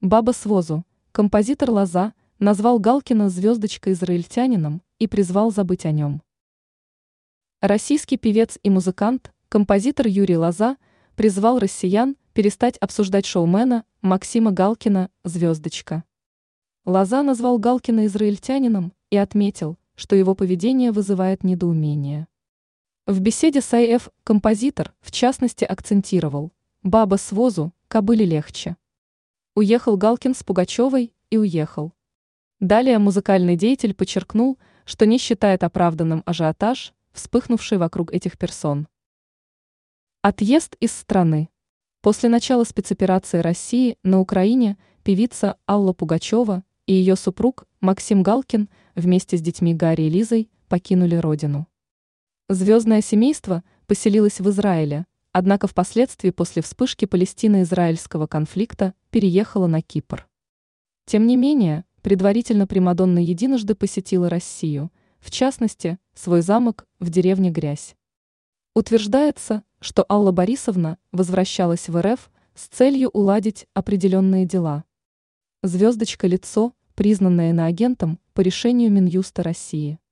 Баба с возу. Композитор Лоза назвал Галкина звездочкой-израильтянином и призвал забыть о нем. Российский певец и музыкант, композитор Юрий Лоза призвал россиян перестать обсуждать шоумена Максима Галкина «Звездочка». Лоза назвал Галкина израильтянином и отметил, что его поведение вызывает недоумение. В беседе с АФ композитор, в частности, акцентировал: «Баба с возу, кобыле легче». Уехал Галкин с Пугачевой и уехал. Далее музыкальный деятель подчеркнул, что не считает оправданным ажиотаж, вспыхнувший вокруг этих персон. Отъезд из страны. После начала спецоперации России на Украине певица Алла Пугачева и ее супруг Максим Галкин вместе с детьми Гарри и Лизой покинули родину. Звездное семейство поселилось в Израиле, однако впоследствии после вспышки палестино-израильского конфликта переехало на Кипр. Тем не менее, предварительно примадонна единожды посетила Россию, в частности, свой замок в деревне Грязь. Утверждается, что Алла Борисовна возвращалась в РФ с целью уладить определенные дела. Звездочка – лицо, признанное иноагентом по решению Минюста России.